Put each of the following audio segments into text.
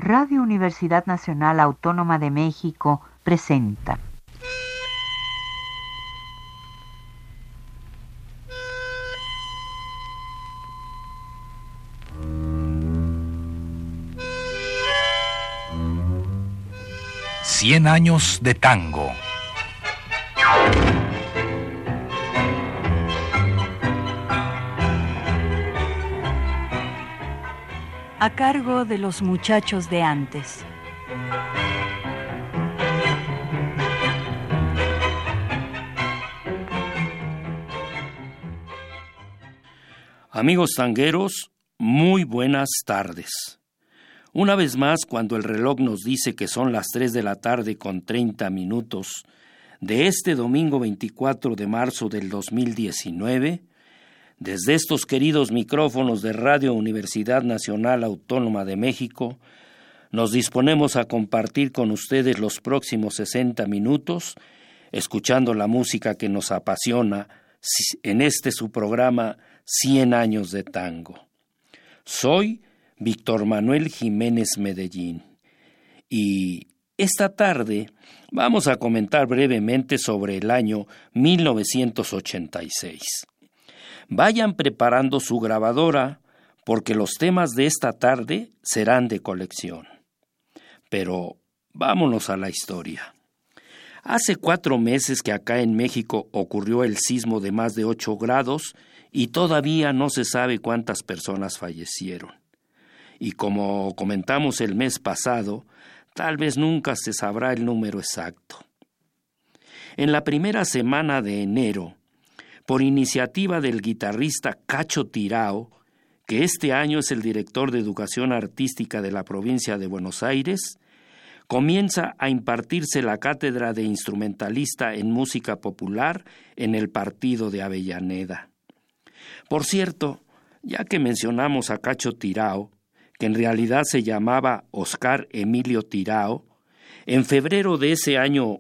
Radio Universidad Nacional Autónoma de México presenta Cien años de tango. A cargo de los muchachos de antes. Amigos tangueros, muy buenas tardes. Una vez más, cuando el reloj nos dice que son las 3 de la tarde con 30 minutos de este domingo 24 de marzo del 2019, desde estos queridos micrófonos de Radio Universidad Nacional Autónoma de México, nos disponemos a compartir con ustedes los próximos 60 minutos, escuchando la música que nos apasiona en este su programa 100 años de tango. Soy Víctor Manuel Jiménez Medellín y esta tarde vamos a comentar brevemente sobre el año 1986. Vayan preparando su grabadora porque los temas de esta tarde serán de colección. Pero vámonos a la historia. Hace 4 meses que acá en México ocurrió el sismo de más de 8 grados y todavía no se sabe cuántas personas fallecieron. Y como comentamos el mes pasado, tal vez nunca se sabrá el número exacto. En la primera semana de enero, por iniciativa del guitarrista Cacho Tirao, que este año es el director de Educación Artística de la provincia de Buenos Aires, comienza a impartirse la cátedra de instrumentalista en música popular en el partido de Avellaneda. Por cierto, ya que mencionamos a Cacho Tirao, que en realidad se llamaba Oscar Emilio Tirao, en febrero de ese año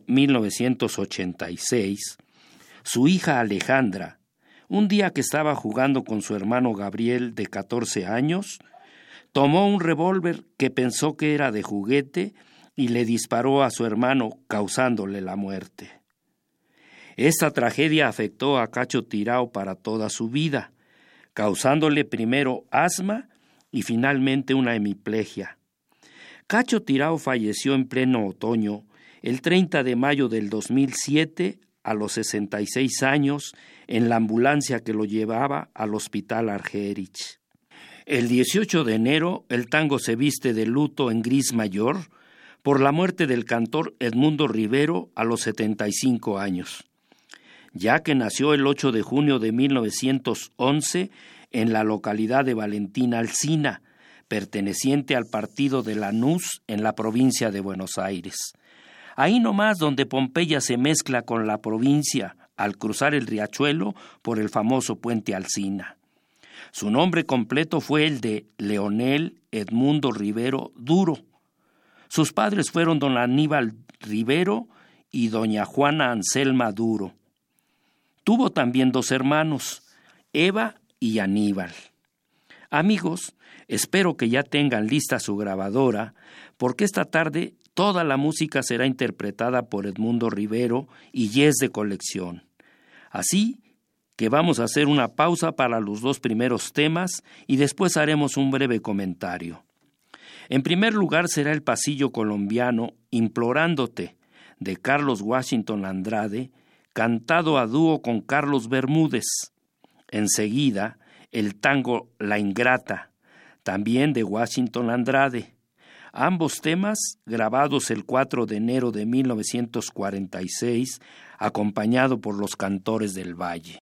1986, su hija Alejandra, un día que estaba jugando con su hermano Gabriel de 14 años, tomó un revólver que pensó que era de juguete y le disparó a su hermano, causándole la muerte. Esta tragedia afectó a Cacho Tirao para toda su vida, causándole primero asma y finalmente una hemiplegia. Cacho Tirao falleció en pleno otoño, el 30 de mayo del 2007, a los 66 años, en la ambulancia que lo llevaba al Hospital Argerich. El 18 de enero, el tango se viste de luto en gris mayor por la muerte del cantor Edmundo Rivero a los 75 años, ya que nació el 8 de junio de 1911 en la localidad de Valentín Alsina, perteneciente al partido de Lanús en la provincia de Buenos Aires. Ahí nomás donde Pompeya se mezcla con la provincia al cruzar el riachuelo por el famoso puente Alsina. Su nombre completo fue el de Leonel Edmundo Rivero Duro. Sus padres fueron don Aníbal Rivero y doña Juana Anselma Duro. Tuvo también 2 hermanos, Eva y Aníbal. Amigos, espero que ya tengan lista su grabadora, porque esta tarde toda la música será interpretada por Edmundo Rivero y es de colección. Así que vamos a hacer una pausa para los 2 primeros temas y después haremos un breve comentario. En primer lugar será el pasillo colombiano Implorándote, de Carlos Washington Andrade, cantado a dúo con Carlos Bermúdez. Enseguida, el tango La Ingrata, también de Washington Andrade. Ambos temas grabados el 4 de enero de 1946, acompañado por los Cantores del Valle.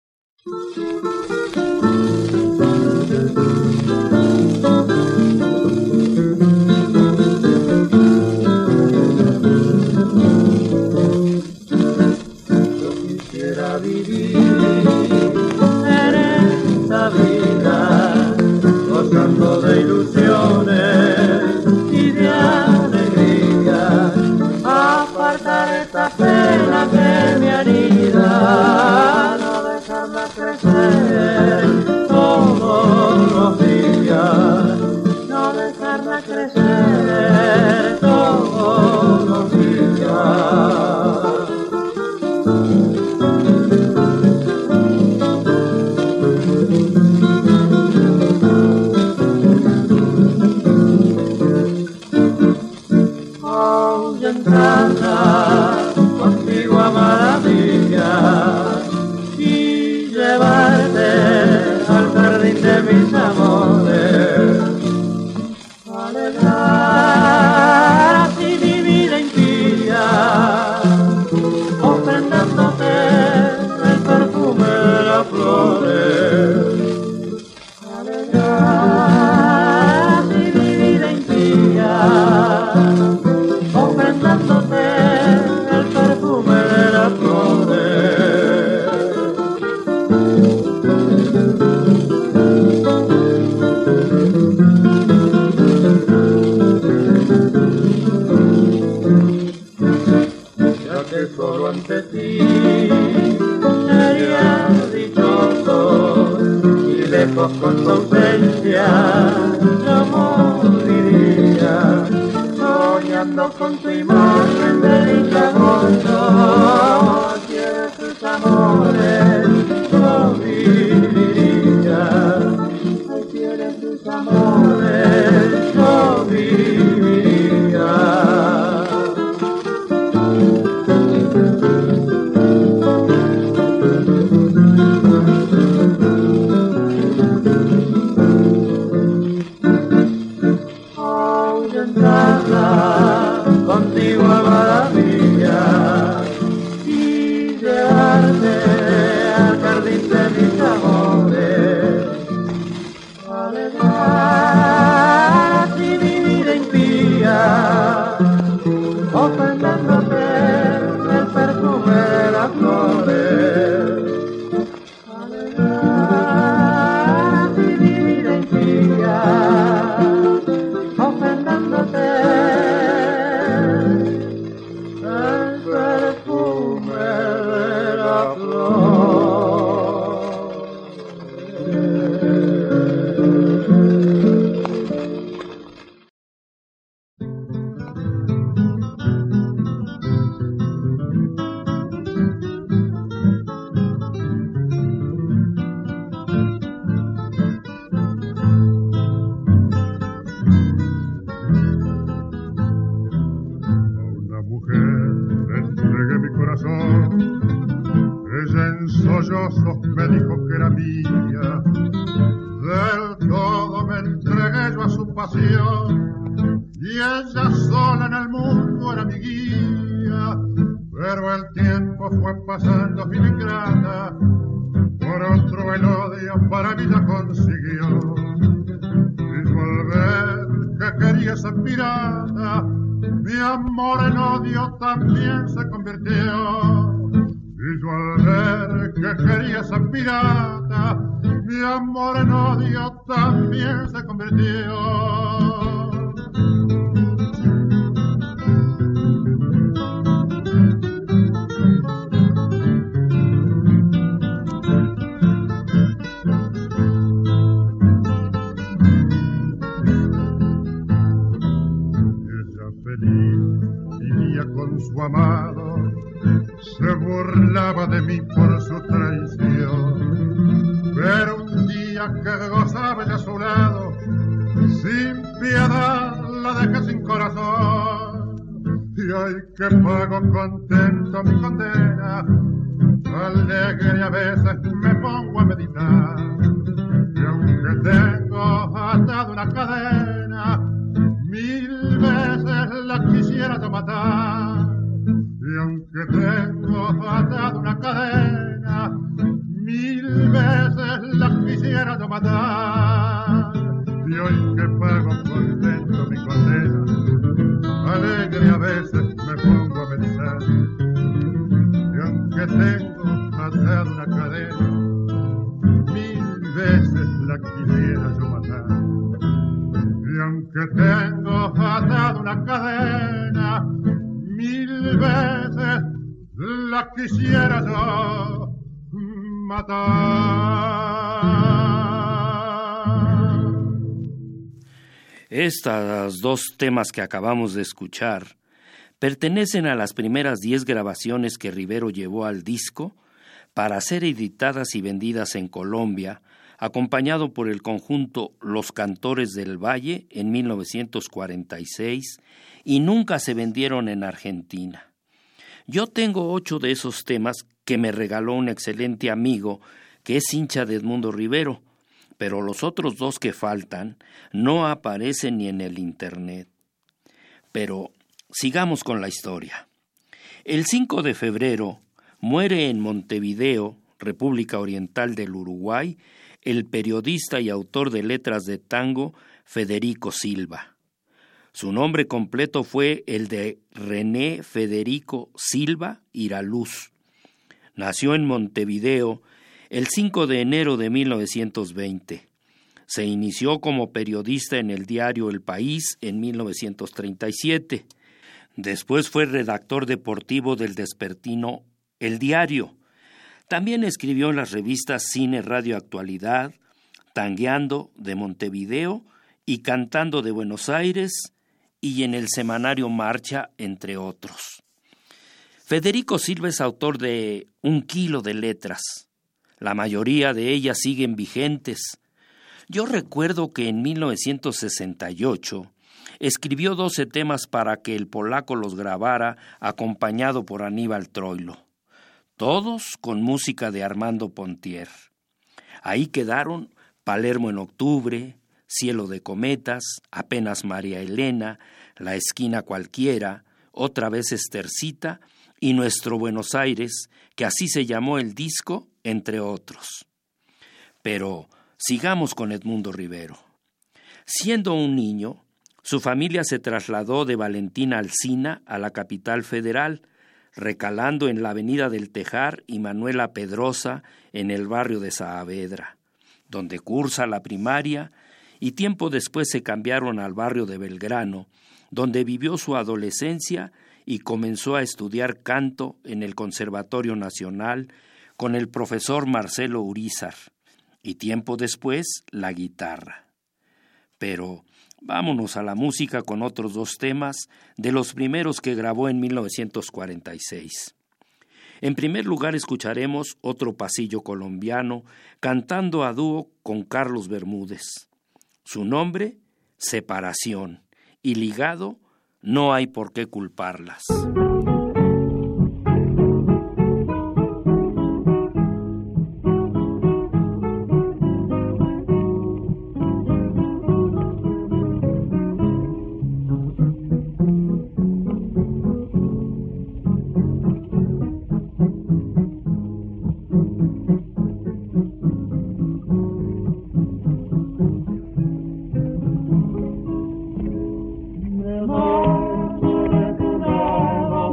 Yo quisiera vivir en esta vida, gozando de ilusiones y de alegría, apartar esta pena que me anida, no dejarla crecer todos los querer todos los días. Ahuyentada contigo, amada mía, y llevarte al jardín de mis amores, alegrar así mi vida impía, ofrendándote el perfume de las flores, alegrar así mi vida impía, ofrendándote el perfume de las flores. Ya que solo ante ti sería dichoso y lejos con tu ausencia yo moriría, soñando con tu imagen de dicha gozo, aquí de tus amores yo viviría, aquí de tus amores yo viviría. Ahuyentada contigo, amada mía, y llevarte al jardín de mis amores, alegrar así mi vida impía, ofrendándote el perfume de las flores, alegrar así mi vida impía, ofrendándote el perfume de la flor. Una mujer le entregué mi corazón, ella en sollozos me dijo que era mía, del todo me entregué yo a su pasión, y ella sola en el mundo era mi guía, pero el tiempo fue pasando sin ingrata, por otro el odio para mí ya consiguió, y yo al ver que quería ser pirata, mi amor en odio también se convirtió. Y yo al ver que quería ser pirata, mi amor en odio también se convirtió. Vivía con su amado, se burlaba de mí por su traición, pero un día que gozaba ella a su lado, sin piedad la dejé sin corazón, y hoy que pago contento mi condena, alegre a veces me pongo a meditar, y aunque tengo atada una cadena, mil veces la quisiera yo matar, y aunque tengo atada una cadena, mil veces la quisiera yo matar, y hoy que pago contento mi condena, alegre a veces me pongo a meditar, y aunque tengo atada una cadena, mil veces la quisiera yo matar. Y aunque tengo atada una cadena, mil veces la quisiera yo matar. Estos dos temas que acabamos de escuchar pertenecen a las primeras 10 grabaciones que Rivero llevó al disco para ser editadas y vendidas en Colombia, acompañado por el conjunto Los Cantores del Valle en 1946, y nunca se vendieron en Argentina. Yo tengo 8 de esos temas que me regaló un excelente amigo que es hincha de Edmundo Rivero, pero los otros 2 que faltan no aparecen ni en el internet. Pero sigamos con la historia. El 5 de febrero muere en Montevideo, República Oriental del Uruguay, el periodista y autor de letras de tango Federico Silva. Su nombre completo fue el de René Federico Silva Iraluz. Nació en Montevideo el 5 de enero de 1920. Se inició como periodista en el diario El País en 1937. Después fue redactor deportivo del vespertino El Diario. También escribió en las revistas Cine, Radio, Actualidad, Tangueando de Montevideo y Cantando de Buenos Aires, y en el semanario Marcha, entre otros. Federico Silva es autor de 1 kilo de letras. La mayoría de ellas siguen vigentes. Yo recuerdo que en 1968 escribió 12 temas para que el polaco los grabara acompañado por Aníbal Troilo, todos con música de Armando Pontier. Ahí quedaron Palermo en octubre, Cielo de cometas, Apenas María Elena, La esquina cualquiera, Otra vez Estercita y Nuestro Buenos Aires, que así se llamó el disco, entre otros. Pero sigamos con Edmundo Rivero. Siendo un niño, su familia se trasladó de Valentín Alsina a la capital federal, recalando en la avenida del Tejar y Manuela Pedrosa en el barrio de Saavedra, donde cursa la primaria, y tiempo después se cambiaron al barrio de Belgrano, donde vivió su adolescencia y comenzó a estudiar canto en el Conservatorio Nacional con el profesor Marcelo Urízar, y tiempo después la guitarra. Pero vámonos a la música con otros 2 temas de los primeros que grabó en 1946. En primer lugar escucharemos Otro pasillo colombiano, cantando a dúo con Carlos Bermúdez. Su nombre, Separación, y ligado, No hay por qué culparlas. Me marcho de tu lado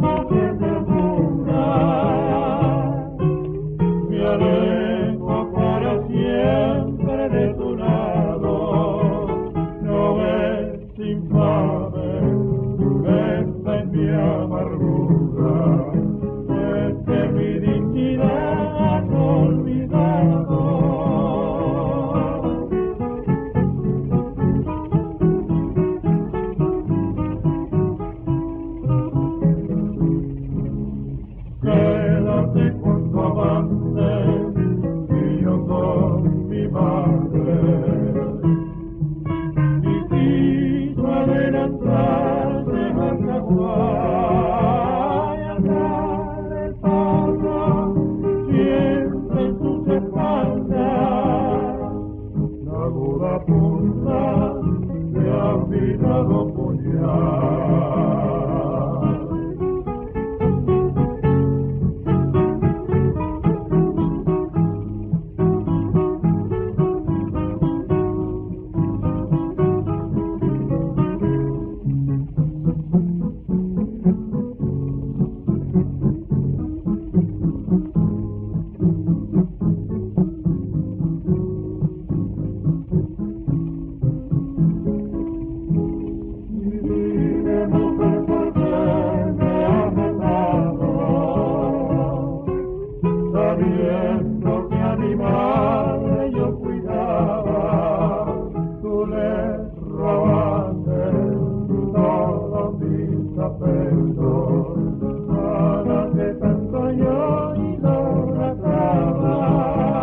tus afectos, para que tanto yo y lo reclama.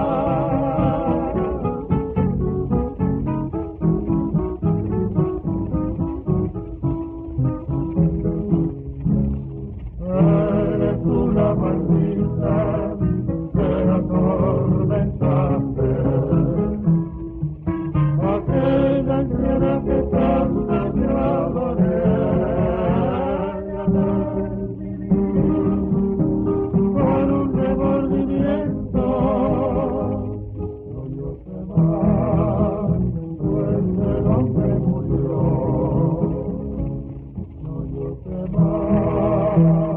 Eres tú la maldita que atormentaste, aquella anciana que tanto te adoré, con un remordimiento, no yo sé más, pues el hombre murió, no yo sé más.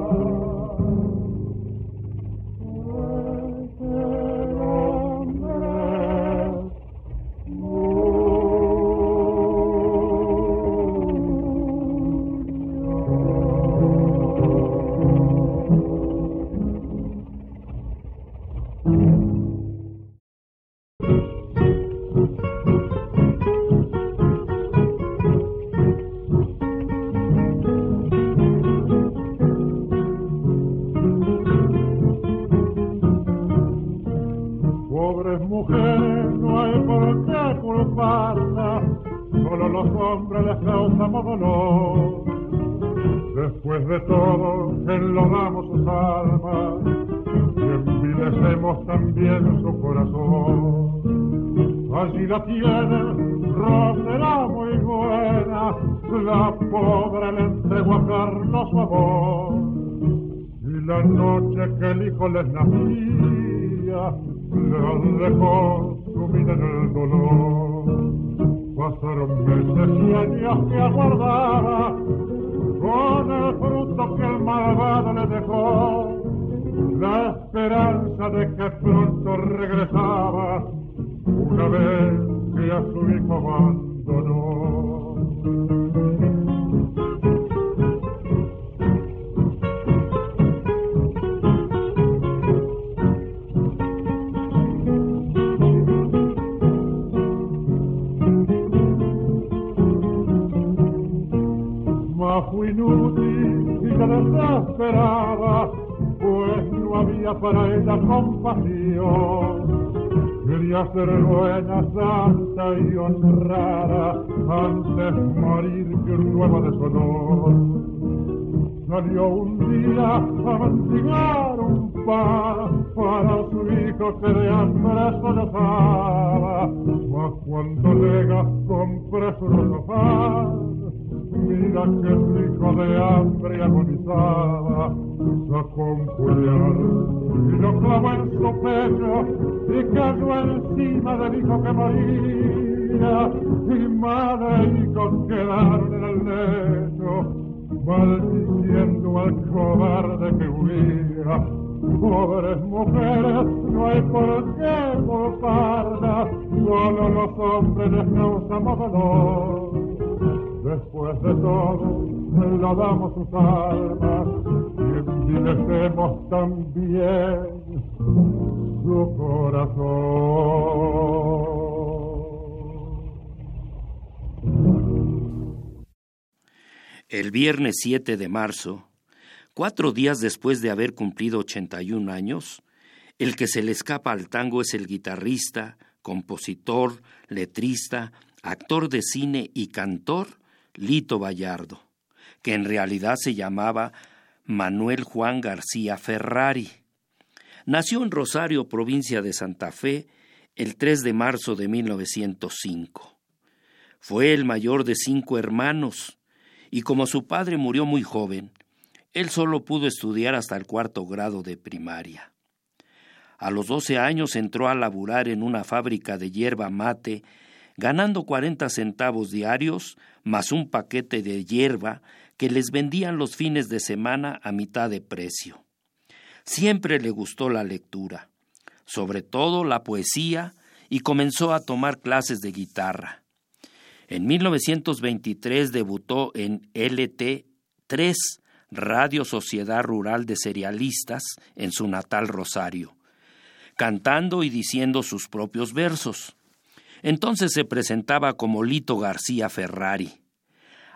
Pobres mujeres, no hay por qué culparlas, solo los hombres les causamos dolor. Después de todo, enlodamos sus almas y envilecemos también su corazón. Allí la tienen, Rosera muy buena, la pobre le entregó a Carlos su amor. Y la noche que el hijo les nacía, la dejó sumida en el dolor. Pasaron meses y años que aguardaba con el fruto que el malvado le dejó, la esperanza de que pronto regresaba una vez que a su hijo abandonó. Fue inútil y se desesperaba, pues no había para ella compasión. Quería ser buena, santa y honrada, antes morir que un nuevo deshonor. Salió un día a mendigar un pan para su hijo que de hambre sollozaba, mas cuando llega compré su sofá. Mira que su hijo de hambre agonizaba, sacó un puñal y lo clavó en su pecho y cayó encima del hijo que moría, y madre e hijo quedaron en el lecho, maldiciendo al cobarde que huía. Pobres mujeres, no hay por qué culparlas, solo los hombres les causamos dolor. Después de todo, le damos sus almas y envilecemos también su corazón. El viernes 7 de marzo, 4 días después de haber cumplido 81 años, el que se le escapa al tango es el guitarrista, compositor, letrista, actor de cine y cantor Lito Vallardo, que en realidad se llamaba Manuel Juan García Ferrari. Nació en Rosario, provincia de Santa Fe, el 3 de marzo de 1905. Fue el mayor de 5 hermanos, y como su padre murió muy joven, él solo pudo estudiar hasta el 4º grado de primaria. A los 12 años entró a laburar en una fábrica de yerba mate, ganando 40 centavos diarios, más un paquete de hierba que les vendían los fines de semana a mitad de precio. Siempre le gustó la lectura, sobre todo la poesía, y comenzó a tomar clases de guitarra. En 1923 debutó en LT3, Radio Sociedad Rural de Cerealistas, en su natal Rosario, cantando y diciendo sus propios versos. Entonces se presentaba como Lito García Ferrari.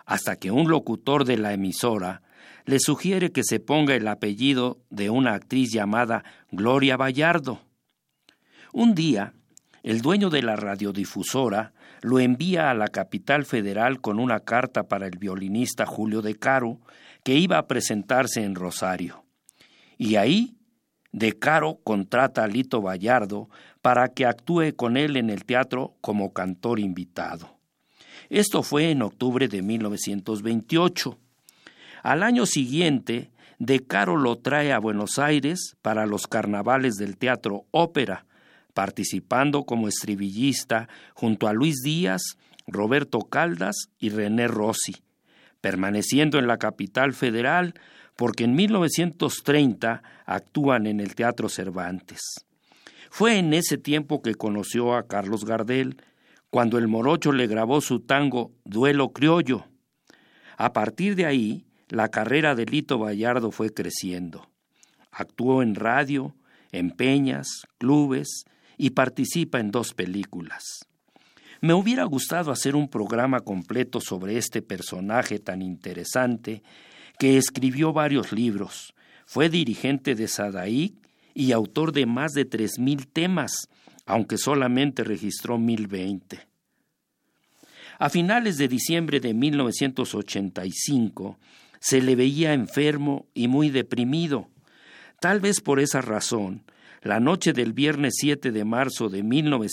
hasta que un locutor de la emisora le sugiere que se ponga el apellido de una actriz llamada Gloria Bayardo. Un día, el dueño de la radiodifusora lo envía a la capital federal con una carta para el violinista Julio De Caro, que iba a presentarse en Rosario. Y ahí, De Caro contrata a Lito Bayardo para que actúe con él en el teatro como cantor invitado. Esto fue en octubre de 1928. Al año siguiente, De Caro lo trae a Buenos Aires para los carnavales del Teatro Ópera, participando como estribillista junto a Luis Díaz, Roberto Caldas y René Rossi, permaneciendo en la capital federal porque en 1930 actúan en el Teatro Cervantes. Fue en ese tiempo que conoció a Carlos Gardel, cuando el morocho le grabó su tango Duelo Criollo. A partir de ahí, la carrera de Lito Bayardo fue creciendo. Actuó en radio, en peñas, clubes y participa en 2 películas. Me hubiera gustado hacer un programa completo sobre este personaje tan interesante que escribió varios libros. Fue dirigente de Sadaik y autor de más de 3,000 temas, aunque solamente registró 1,020. A finales de diciembre de 1985, se le veía enfermo y muy deprimido. Tal vez por esa razón, la noche del viernes 7 de marzo de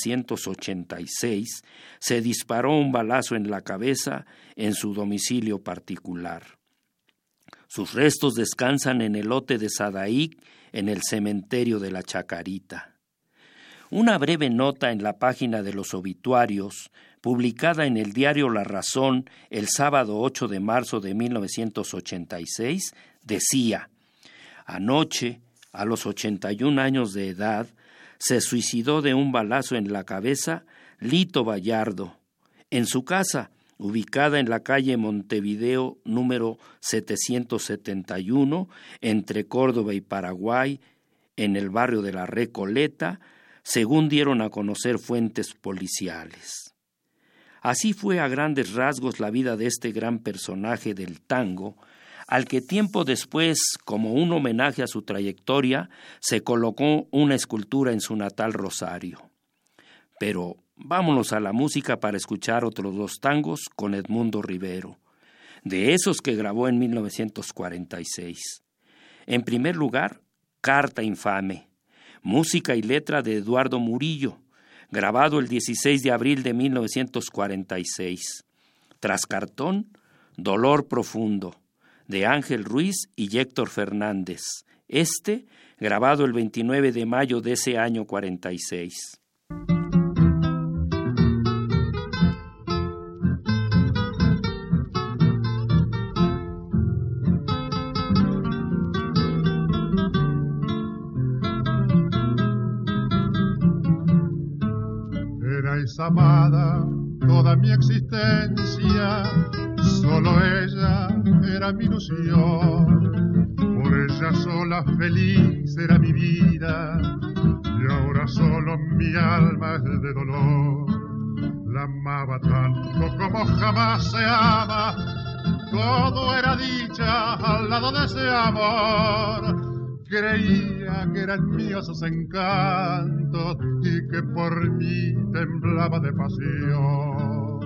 1986, se disparó un balazo en la cabeza en su domicilio particular. Sus restos descansan en el lote de Sadaik, en el cementerio de la Chacarita. Una breve nota en la página de los obituarios, publicada en el diario La Razón el sábado 8 de marzo de 1986, decía: anoche, a los 81 años de edad, se suicidó de un balazo en la cabeza Lito Bayardo, en su casa, ubicada en la calle Montevideo número 771, entre Córdoba y Paraguay, en el barrio de La Recoleta, según dieron a conocer fuentes policiales. Así fue a grandes rasgos la vida de este gran personaje del tango, al que tiempo después, como un homenaje a su trayectoria, se colocó una escultura en su natal Rosario. Pero vámonos a la música para escuchar otros 2 tangos con Edmundo Rivero, de esos que grabó en 1946. En primer lugar, Carta Infame, música y letra de Eduardo Murillo, grabado el 16 de abril de 1946. Tras Cartón, Dolor Profundo, de Ángel Ruiz y Héctor Fernández, grabado el 29 de mayo de ese año 46. Erais amada toda mi existencia, solo ella era mi ilusión, por ella sola feliz era mi vida, y ahora solo mi alma es de dolor. La amaba tanto como jamás se ama, todo era dicha al lado de ese amor. Creía que eran míos sus encantos y que por mí temblaba de pasión.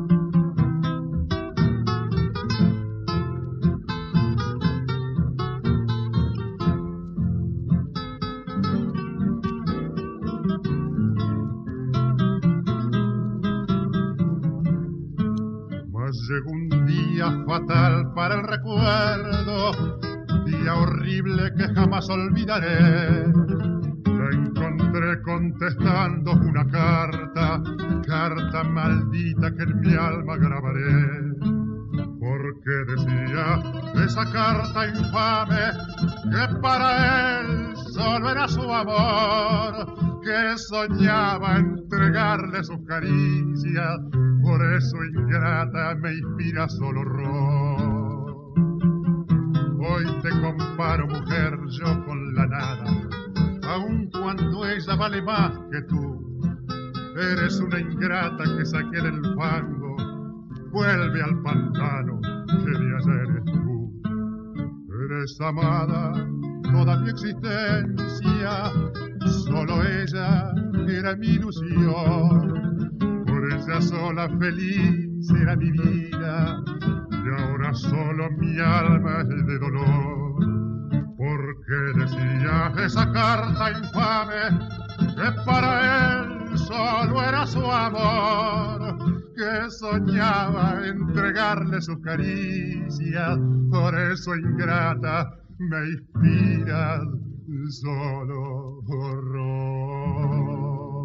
Mas llegó un día fatal para el recuerdo, día horrible que jamás olvidaré. La encontré contestando una carta maldita que en mi alma grabaré. Porque decía esa carta infame que para él solo era su amor, que soñaba entregarle sus caricias, por eso ingrata me inspira solo horror. Hoy te comparo, mujer, yo con la nada, aun cuando ella vale más que tú. Eres una ingrata que saqué del fango vuelve al pantano que de ayer es tú. Eres amada toda mi existencia, solo ella era mi ilusión. Por ella sola feliz era mi vida, y ahora solo mi alma es de dolor. Porque decía esa carta infame que para él solo era su amor, que soñaba entregarle sus caricias, por eso ingrata me inspiras solo horror.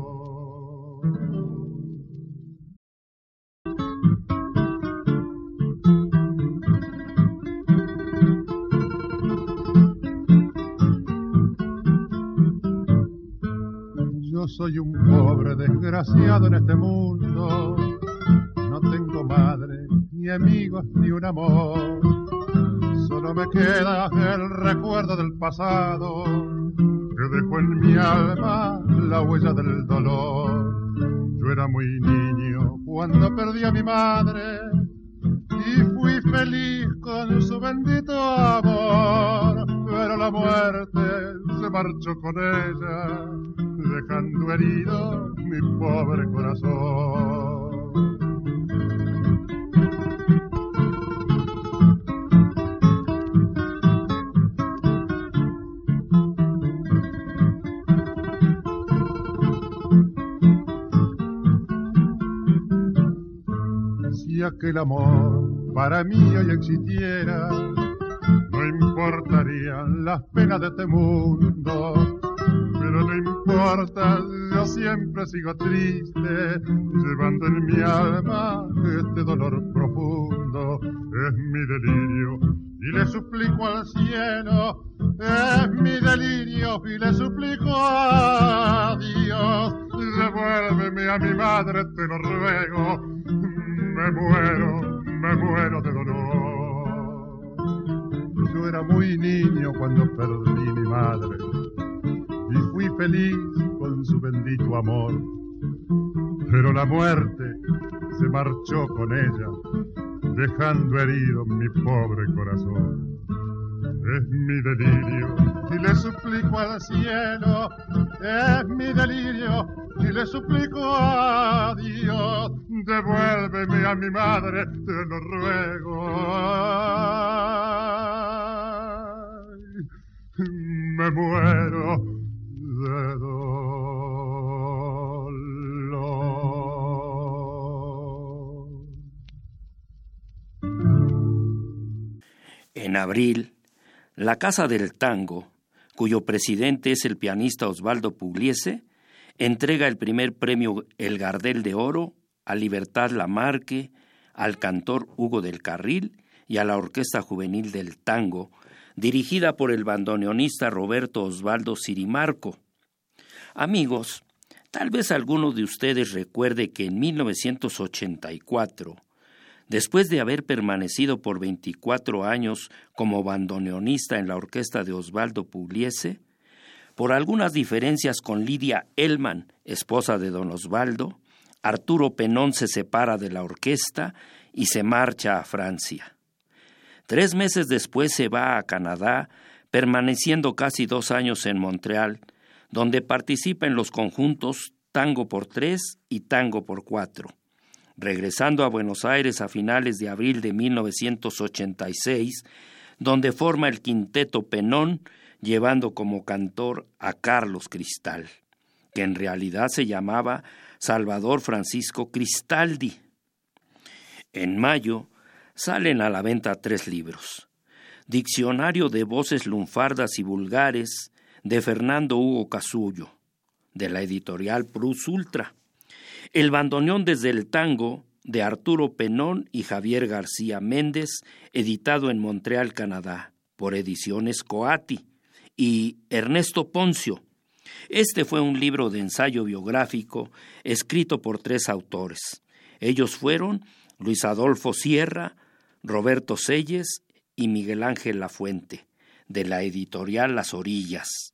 Yo soy un pobre desgraciado en este mundo, no tengo madre, ni amigos, ni un amor. Solo me queda el recuerdo del pasado, que dejó en mi alma la huella del dolor. Yo era muy niño cuando perdí a mi madre, y fui feliz con su bendito amor. Pero la muerte se marchó con ella, dejando herido mi pobre corazón. Si aquel amor para mí hoy existiera, no importarían las penas de este mundo. Pero no importa, yo siempre sigo triste, llevando en mi alma este dolor profundo. Es mi delirio y le suplico al cielo, es mi delirio y le suplico a Dios. Devuélveme a mi madre, te lo ruego, me muero de dolor. Yo era muy niño cuando perdí mi madre, y fui feliz con su bendito amor. Pero la muerte se marchó con ella, dejando herido mi pobre corazón. Es mi delirio y le suplico al cielo, es mi delirio y le suplico a Dios. Devuélveme a mi madre, te lo ruego. Ay, me muero de dolor. En abril, la Casa del Tango, cuyo presidente es el pianista Osvaldo Pugliese, entrega el primer premio El Gardel de Oro a Libertad Lamarque, al cantor Hugo del Carril y a la Orquesta Juvenil del Tango, dirigida por el bandoneonista Roberto Osvaldo Sirimarco. Amigos, tal vez alguno de ustedes recuerde que en 1984, después de haber permanecido por 24 años como bandoneonista en la orquesta de Osvaldo Pugliese, por algunas diferencias con Lidia Elman, esposa de don Osvaldo, Arturo Penón se separa de la orquesta y se marcha a Francia. 3 meses después se va a Canadá, permaneciendo casi 2 años en Montreal, donde participa en los conjuntos Tango por 3 y Tango por 4. Regresando a Buenos Aires a finales de abril de 1986, donde forma el quinteto Penón, llevando como cantor a Carlos Cristal, que en realidad se llamaba Salvador Francisco Cristaldi. En mayo salen a la venta 3 libros. Diccionario de voces lunfardas y vulgares de Fernando Hugo Casullo, de la editorial Prus Ultra. El bandoneón desde el tango, de Arturo Penón y Javier García Méndez, editado en Montreal, Canadá, por Ediciones Coati, y Ernesto Poncio. Este fue un libro de ensayo biográfico escrito por 3 autores. Ellos fueron Luis Adolfo Sierra, Roberto Selles y Miguel Ángel Lafuente, de la editorial Las Orillas.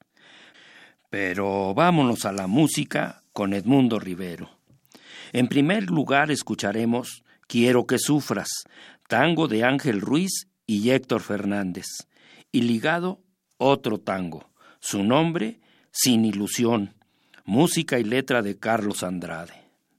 Pero vámonos a la música con Edmundo Rivero. En primer lugar escucharemos Quiero que sufras, tango de Ángel Ruiz y Héctor Fernández. Y ligado, otro tango, su nombre, Sin Ilusión, música y letra de Carlos Andrade.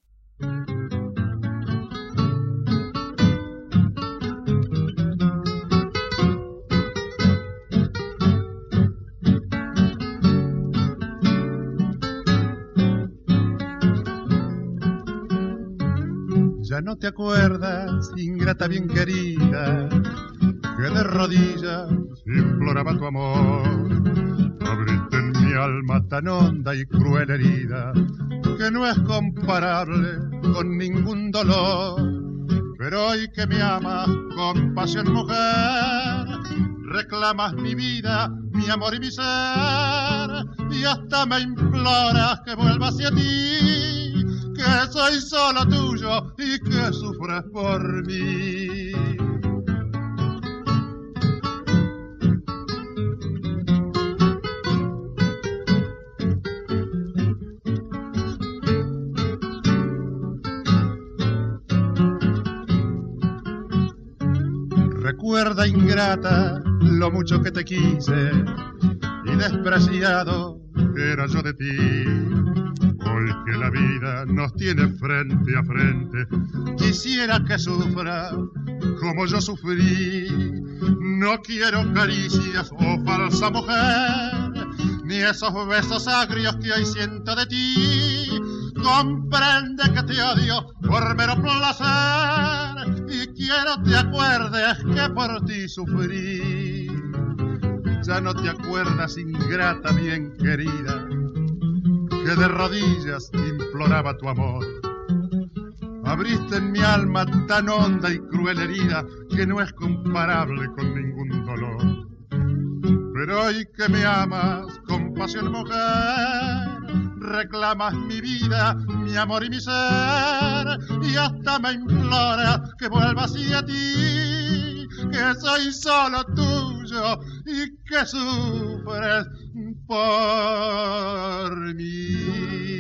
Ya no te acuerdas, ingrata bien querida, que de rodillas imploraba tu amor. Abriste en mi alma tan honda y cruel herida, que no es comparable con ningún dolor. Pero hoy que me amas con pasión, mujer, reclamas mi vida, mi amor y mi ser, y hasta me imploras que vuelva hacia ti, que soy solo tuyo y que sufres por mí. Recuerda, ingrata, lo mucho que te quise y despreciado era yo de ti. Hoy que la vida nos tiene frente a frente, quisiera que sufra como yo sufrí. No quiero caricias, oh falsa mujer, ni esos besos agrios que hoy siento de ti. Comprende que te odio por mero placer y quiero te acuerdes que por ti sufrí. Ya no te acuerdas, ingrata bien querida, que de rodillas imploraba tu amor. Abriste en mi alma tan honda y cruel herida, que no es comparable con ningún dolor. Pero hoy que me amas con pasión, mujer, reclamas mi vida, mi amor y mi ser, y hasta me imploras que vuelva hacia ti, que soy solo tuyo y que sufres por mí.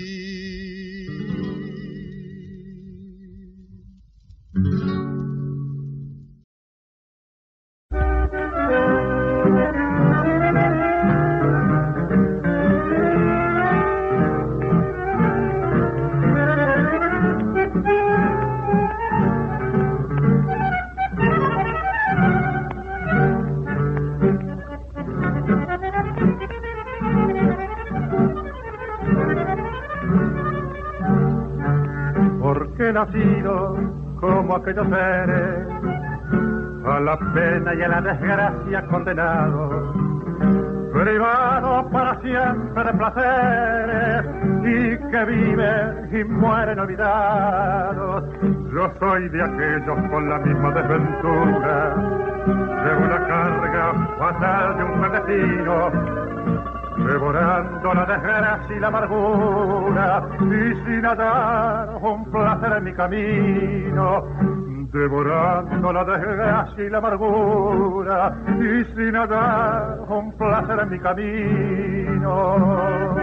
Porque he nacido como aquellos seres, a la pena y a la desgracia condenados, privados para siempre de placeres, y que viven y mueren olvidados. Yo soy de aquellos con la misma desventura, de una carga fatal de un clandestino, devorando la desgracia y la amargura, y sin hallar un placer en mi camino. Devorando la desgracia y la amargura, y sin hallar un placer en mi camino.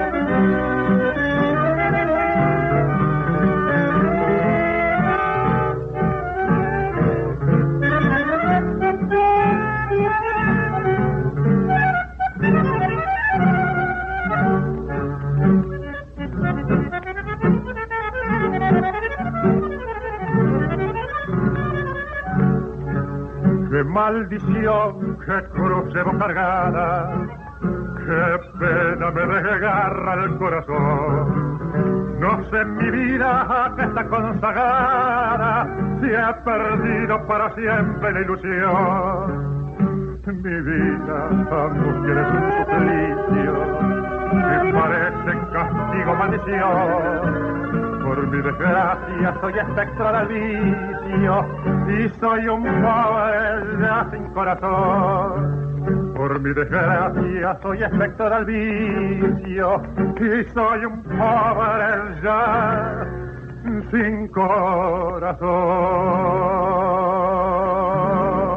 Qué maldición, qué cruz llevo cargada, qué pena me desgarra el corazón. No sé en mi vida a qué está consagrada, si he perdido para siempre la ilusión. Mi vida angustia es un suplicio que parece castigo, maldición. Por mi desgracia soy espectro del vicio y soy un pobre ya sin corazón. Por mi desgracia soy espectro del vicio y soy un pobre ya sin corazón.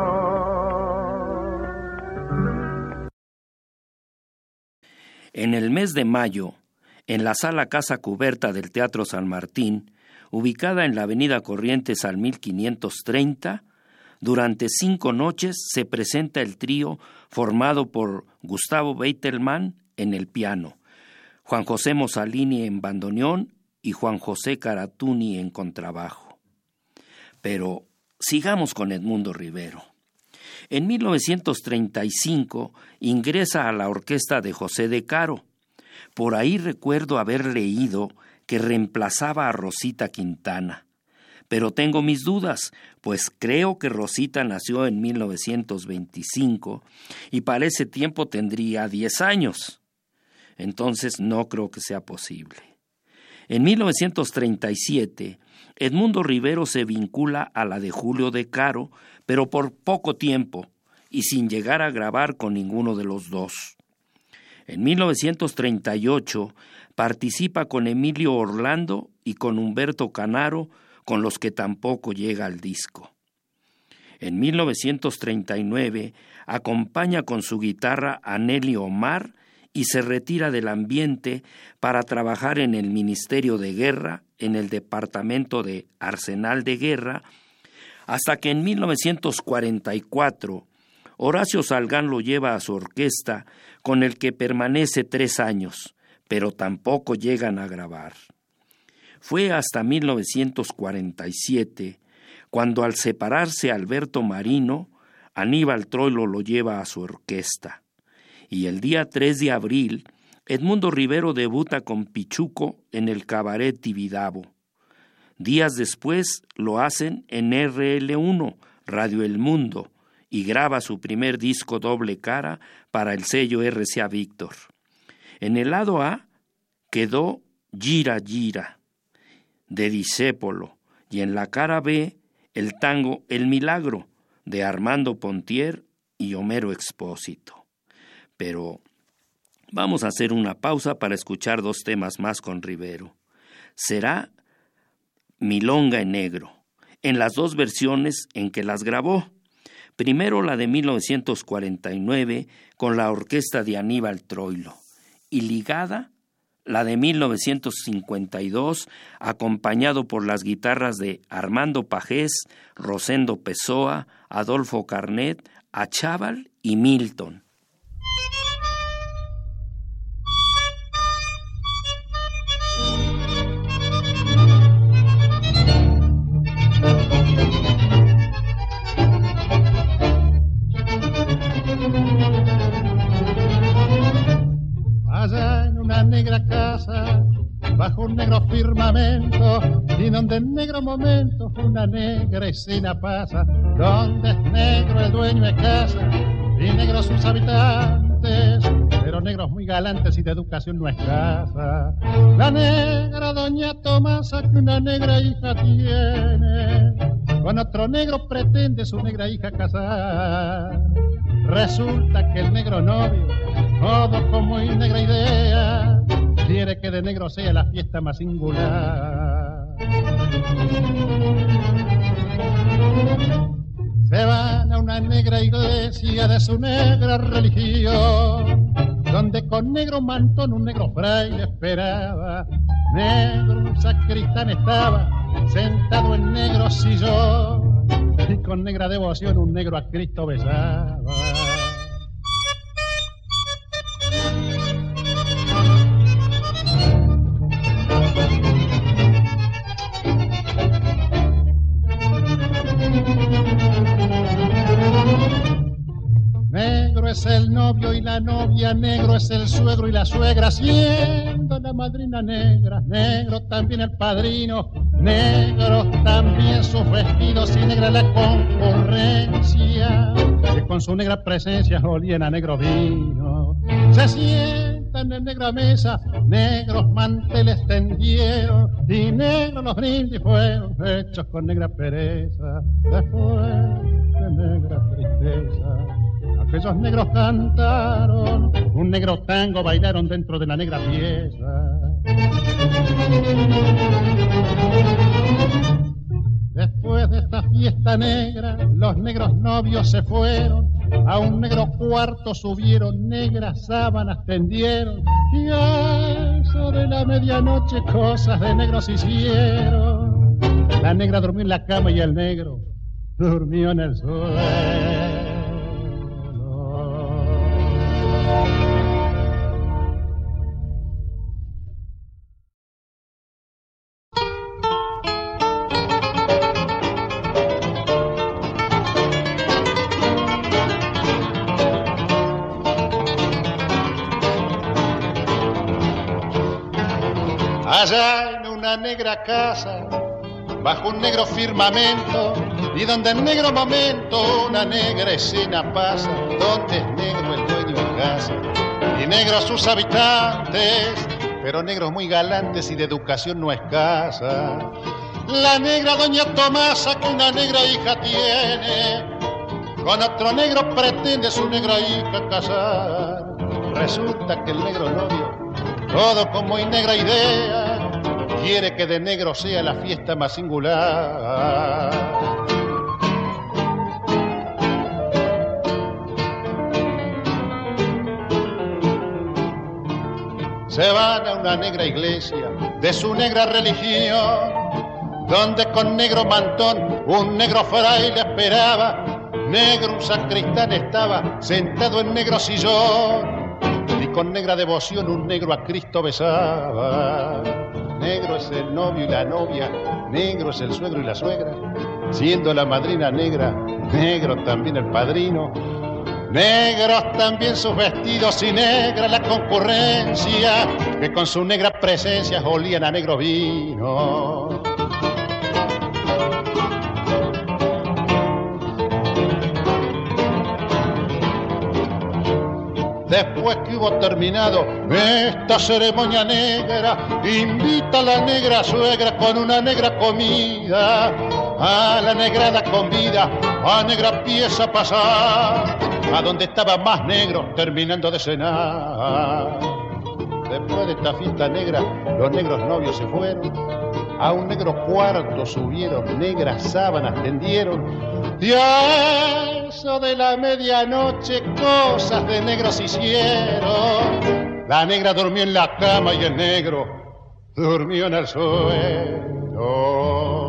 En el mes de mayo, en la sala Casa Cubierta del Teatro San Martín, ubicada en la avenida Corrientes al 1530, durante 5 noches se presenta el trío formado por Gustavo Beitelman en el piano, Juan José Mosalini en bandoneón y Juan José Caratuni en contrabajo. Pero sigamos con Edmundo Rivero. En 1935 ingresa a la orquesta de José de Caro. Por ahí recuerdo haber leído que reemplazaba a Rosita Quintana. Pero tengo mis dudas, pues creo que Rosita nació en 1925 y para ese tiempo tendría 10 años. Entonces no creo que sea posible. En 1937, Edmundo Rivero se vincula a la de Julio de Caro, pero por poco tiempo y sin llegar a grabar con ninguno de los dos. En 1938 participa con Emilio Orlando y con Humberto Canaro, con los que tampoco llega al disco. En 1939 acompaña con su guitarra a Nelly Omar y se retira del ambiente para trabajar en el Ministerio de Guerra, en el Departamento de Arsenal de Guerra, hasta que en 1944 Horacio Salgán lo lleva a su orquesta, con el que permanece 3 años, pero tampoco llegan a grabar. Fue hasta 1947, cuando al separarse Alberto Marino, Aníbal Troilo lo lleva a su orquesta. Y el día 3 de abril, Edmundo Rivero debuta con Pichuco en el Cabaret Tibidabo. Días después lo hacen en RL1, Radio El Mundo, y graba su primer disco doble cara para el sello RCA Víctor. En el lado A quedó Gira Gira, de Discépolo, y en la cara B el tango El Milagro, de Armando Pontier y Homero Expósito. Pero vamos a hacer una pausa para escuchar 2 temas más con Rivero. Será Milonga en Negro, en las 2 versiones en que las grabó. Primero la de 1949 con la orquesta de Aníbal Troilo y ligada la de 1952 acompañado por las guitarras de Armando Pajés, Rosendo Pessoa, Adolfo Carnet, Achával y Milton. Allá en una negra casa, bajo un negro firmamento, y donde en negro momento una negra escena pasa, donde es negro el dueño de casa y negros sus habitantes, pero negros muy galantes y de educación no escasa. La negra doña Tomasa, que una negra hija tiene, con otro negro pretende su negra hija casar. Resulta que el negro novio, todo con muy negra idea, quiere que de negro sea la fiesta más singular. Se van a una negra iglesia de su negra religión, donde con negro mantón un negro fraile esperaba. Negro un sacristán estaba, sentado en negro sillón, y con negra devoción un negro a Cristo besaba. Negro es el novio y la novia, negro es el suegro y la suegra, siendo la madrina negra, negro también el padrino, negro también sus vestidos y negra la concurrencia, que con su negra presencia olían a negro vino. Se sientan en negra mesa, negros manteles tendieron y negros los brindis fueron hechos con negra pereza. Después de negra tristeza, aquellos negros cantaron, un negro tango bailaron dentro de la negra pieza. Después de esta fiesta negra, los negros novios se fueron, a un negro cuarto subieron, negras sábanas tendieron, y a eso de la medianoche cosas de negros hicieron. La negra durmió en la cama y el negro durmió en el suelo. Allá en una negra casa, bajo un negro firmamento, y donde en negro momento una negra escena pasa, donde es negro el dueño de casa y negros sus habitantes, pero negros muy galantes y de educación no escasa. La negra doña Tomasa, que una negra hija tiene, con otro negro pretende su negra hija casar. Resulta que el negro novio, todo con muy negra idea, quiere que de negro sea la fiesta más singular. Se van a una negra iglesia de su negra religión, donde con negro mantón un negro fraile esperaba. Negro un sacristán estaba sentado en negro sillón, y con negra devoción un negro a Cristo besaba. Negro es el novio y la novia, negro es el suegro y la suegra, siendo la madrina negra, negro también el padrino. Negros también sus vestidos y negra la concurrencia, que con su negra presencia olían a negro vino. Después que hubo terminado esta ceremonia negra, invita a la negra suegra con una negra comida. A la negrada convida, a negra pieza a pasar, a donde estaba más negro terminando de cenar. Después de esta fiesta negra, los negros novios se fueron, a un negro cuarto subieron, negras sábanas tendieron, y a eso de la medianoche cosas de negros hicieron. La negra durmió en la cama y el negro durmió en el suelo.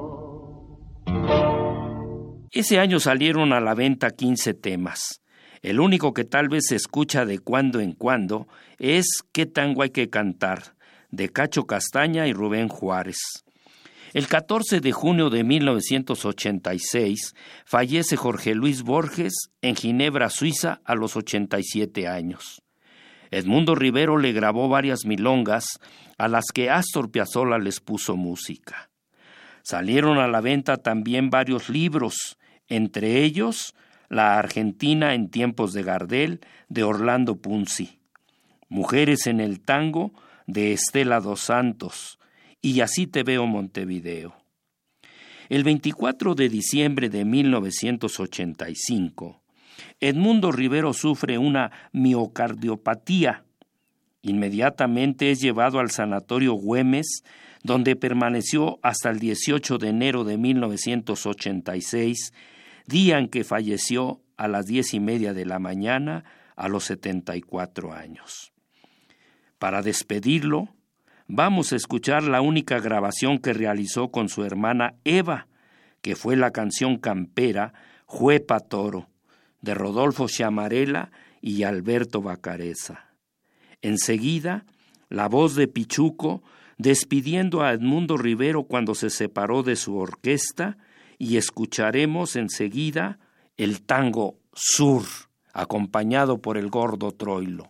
Ese año salieron a la venta 15 temas. El único que tal vez se escucha de cuando en cuando es ¿Qué tango hay que cantar?, de Cacho Castaña y Rubén Juárez. El 14 de junio de 1986 fallece Jorge Luis Borges en Ginebra, Suiza, a los 87 años. Edmundo Rivero le grabó varias milongas a las que Astor Piazzolla les puso música. Salieron a la venta también varios libros, entre ellos La Argentina en tiempos de Gardel, de Orlando Punzi, Mujeres en el tango, de Estela dos Santos, y Así te veo Montevideo. El 24 de diciembre de 1985, Edmundo Rivero sufre una miocardiopatía. Inmediatamente es llevado al Sanatorio Güemes, donde permaneció hasta el 18 de enero de 1986, día en que falleció a las 10:30 de la mañana a los 74 años. Para despedirlo, vamos a escuchar la única grabación que realizó con su hermana Eva, que fue la canción campera Juepa Toro, de Rodolfo Chamarela y Alberto Bacareza. Enseguida, la voz de Pichuco despidiendo a Edmundo Rivero cuando se separó de su orquesta, y escucharemos enseguida el tango Sur, acompañado por el Gordo Troilo.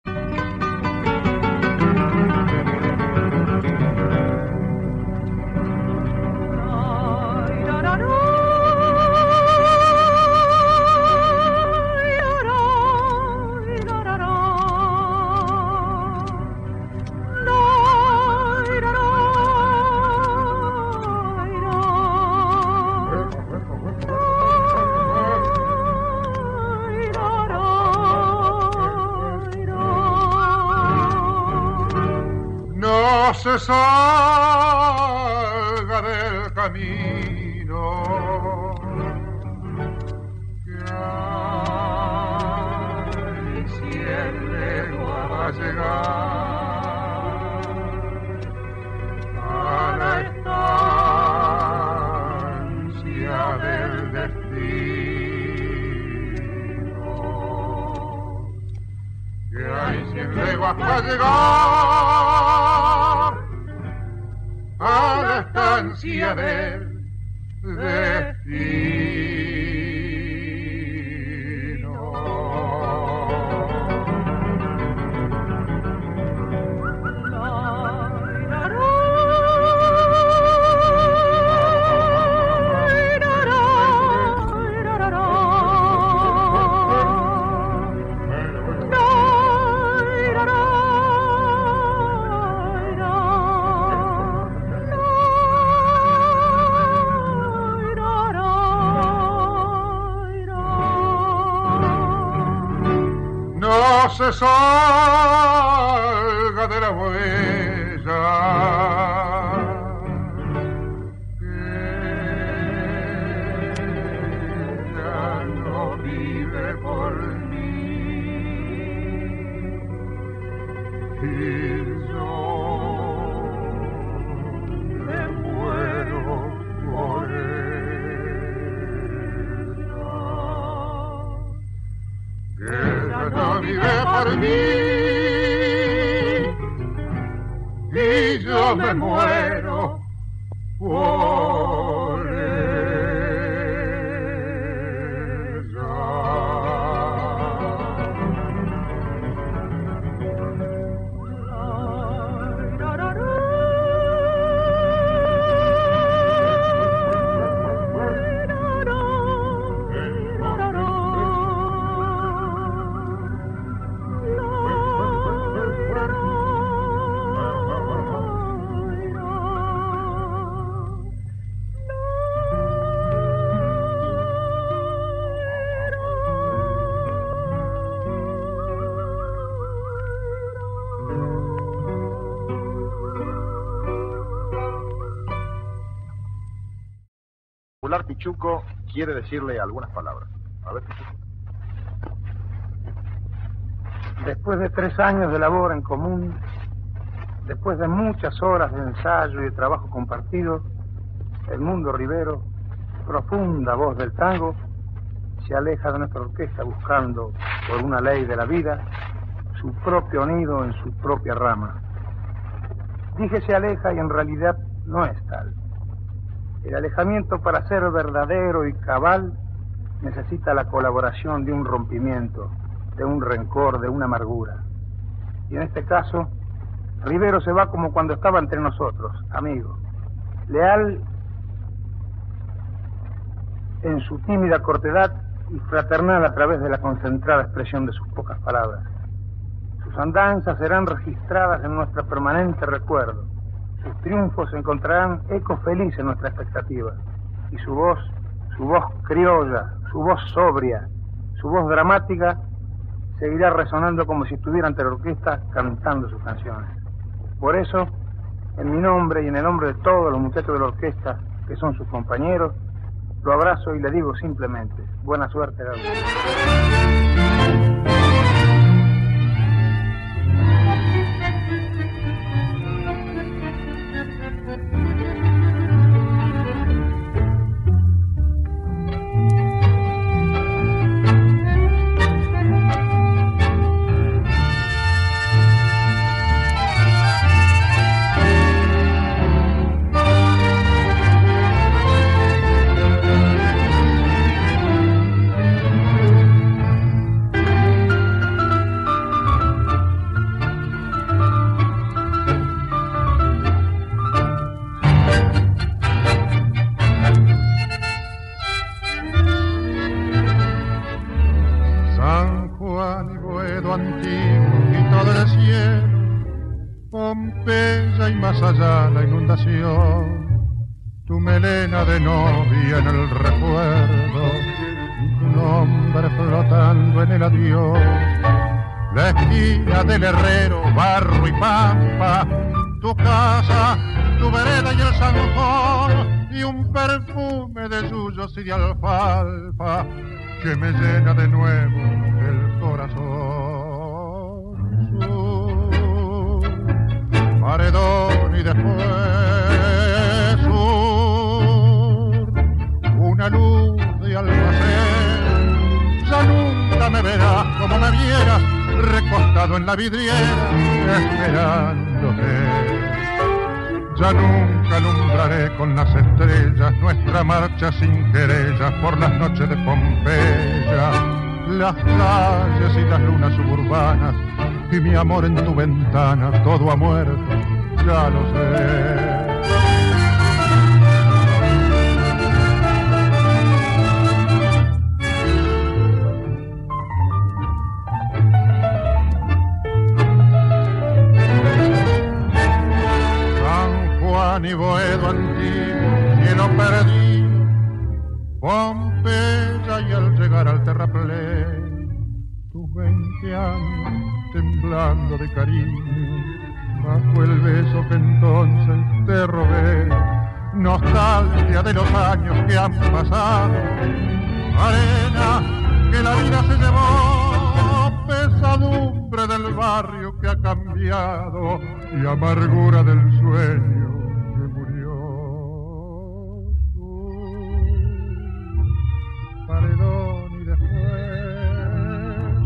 Se salga del camino que hay, si el lejos va a llegar a la estancia 100 leguas para llegar a la estancia del destino. No se salga de la huella que ya no vive por mí y yo me muero por ella. No vive por mí y yo me muero por ella. Pichuco quiere decirle algunas palabras. A ver, Pichuco. Después de 3 años de labor en común, después de muchas horas de ensayo y de trabajo compartido, el Mundo Rivero, profunda voz del tango, se aleja de nuestra orquesta buscando, por una ley de la vida, su propio nido en su propia rama. Dije se aleja y en realidad no es tal. El alejamiento, para ser verdadero y cabal, necesita la colaboración de un rompimiento, de un rencor, de una amargura. Y en este caso, Rivero se va como cuando estaba entre nosotros, amigo, leal en su tímida cortedad y fraternal a través de la concentrada expresión de sus pocas palabras. Sus andanzas serán registradas en nuestro permanente recuerdo. Sus triunfos encontrarán eco feliz en nuestra expectativa. Y su voz criolla, su voz sobria, su voz dramática, seguirá resonando como si estuviera ante la orquesta cantando sus canciones. Por eso, en mi nombre y en el nombre de todos los muchachos de la orquesta, que son sus compañeros, lo abrazo y le digo simplemente, buena suerte, Gabriel. Tu melena de novia en el recuerdo, tu nombre flotando en el adiós, la esquina del herrero, barro y pampa, tu casa, tu vereda y el zanjón, y un perfume de yuyos y de alfalfa que me llena de nuevo el corazón. Su paredón y después una luz de almacén. Ya nunca me verás como me vieras, recostado en la vidriera, esperándote. Ya nunca alumbraré con las estrellas nuestra marcha sin querellas por las noches de Pompeya, las calles y las lunas suburbanas, y mi amor en tu ventana, todo ha muerto, ya lo sé. Ni Boedo antiguo, cielo perdido, Pompeya, y al llegar al terraplén, tus 20 años temblando de cariño, bajo el beso que entonces te robé, nostalgia de los años que han pasado, arena que la vida se llevó, pesadumbre del barrio que ha cambiado y amargura del sueño. Paredón y después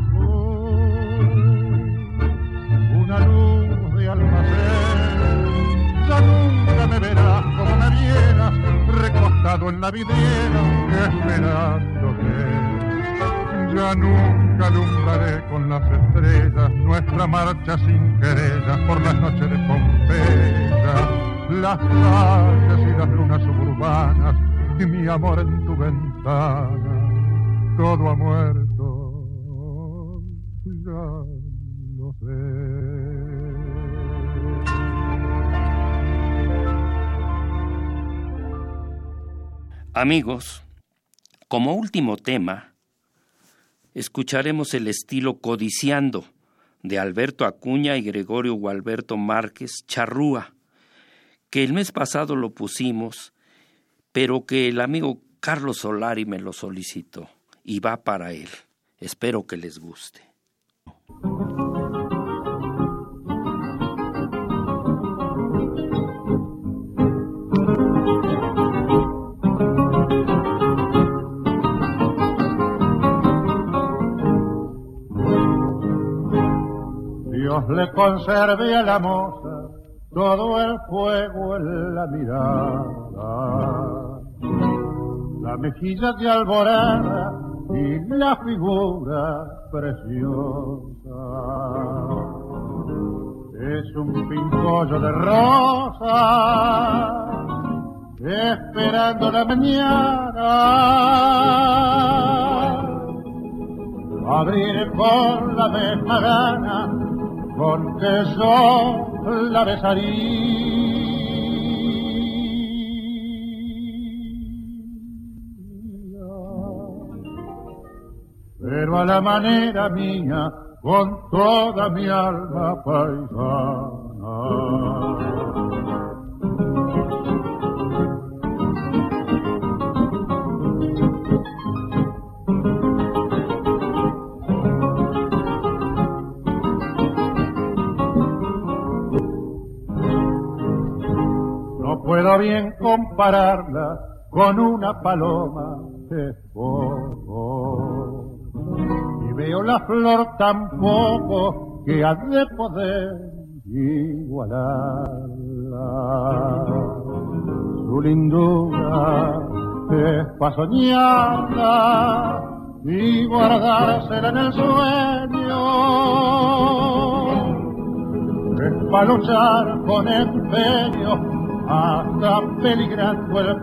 una luz de almacén. Ya nunca me verás como me vieras, recostado en la vidriera, esperándote. Ya nunca alumbraré con las estrellas nuestra marcha sin querellas por las noches de Pompeya, las calles y las lunas suburbanas, y mi amor en tu ventana, todo ha muerto, ya lo sé. Amigos, como último tema, escucharemos el estilo Codiciando de Alberto Acuña y Gregorio Gualberto Márquez Charrúa, que el mes pasado lo pusimos, pero que el amigo Carlos Solari me lo solicitó y va para él. Espero que les guste. Dios le conserve a la moza todo el fuego en la mirada, la mejilla de alborada y la figura preciosa. Es un pimpollo de rosa esperando la mañana, abrir con la misma gana con que yo la besaría. Pero a la manera mía, con toda mi alma paisana. No puedo bien compararla con una paloma de fuego, y veo la flor tampoco que ha de poder igualarla. Su lindura es pa' soñarla y guardársela en el sueño, es pa' luchar con empeño hasta peligrando el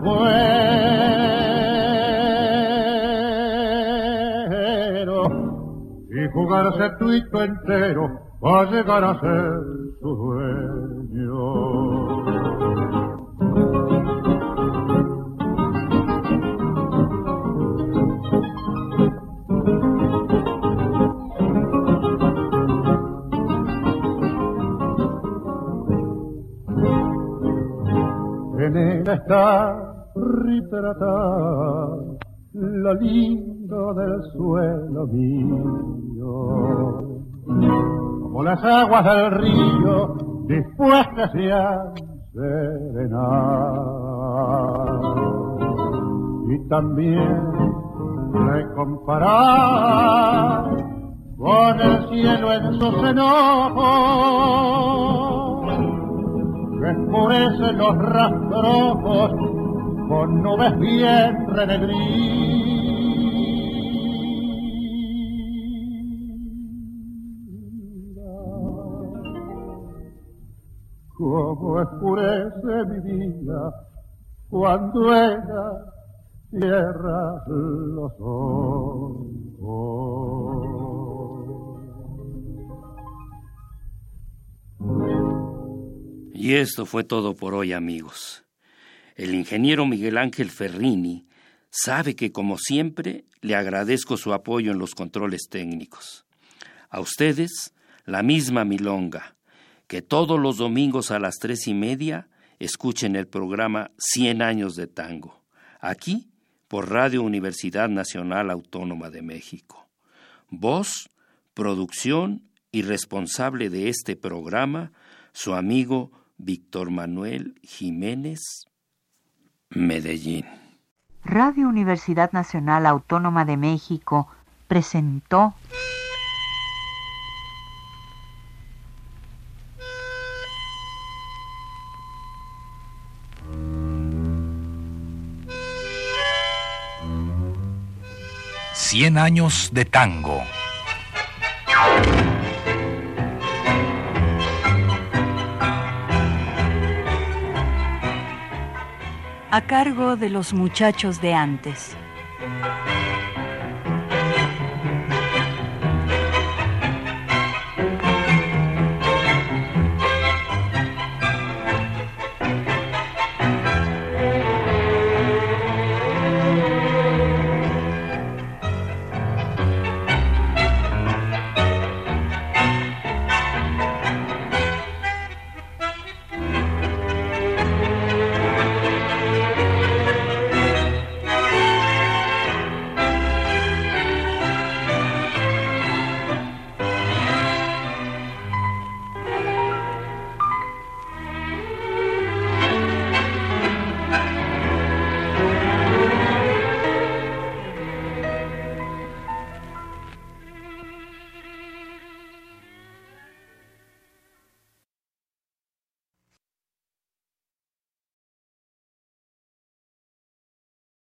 cuero y jugarse tuito entero para llegar a ser su dueño. En ella está retratada lo lindo del suelo mío, como las aguas del río dispuestas a serenar, y también le comparar con el cielo en sus enojos, que escurecen los rastrojos con nubes bien renegridas. Como oscurece mi vida cuando ella cierra los ojos. Y esto fue todo por hoy, amigos. El ingeniero Miguel Ángel Ferrini sabe que, como siempre, le agradezco su apoyo en los controles técnicos. A ustedes, la misma milonga. Que todos los domingos a las 3:30 escuchen el programa 100 años de tango, aquí por Radio Universidad Nacional Autónoma de México. Voz, producción y responsable de este programa, su amigo Víctor Manuel Jiménez, Medellín. Radio Universidad Nacional Autónoma de México presentó Cien años de tango. A cargo de los muchachos de antes.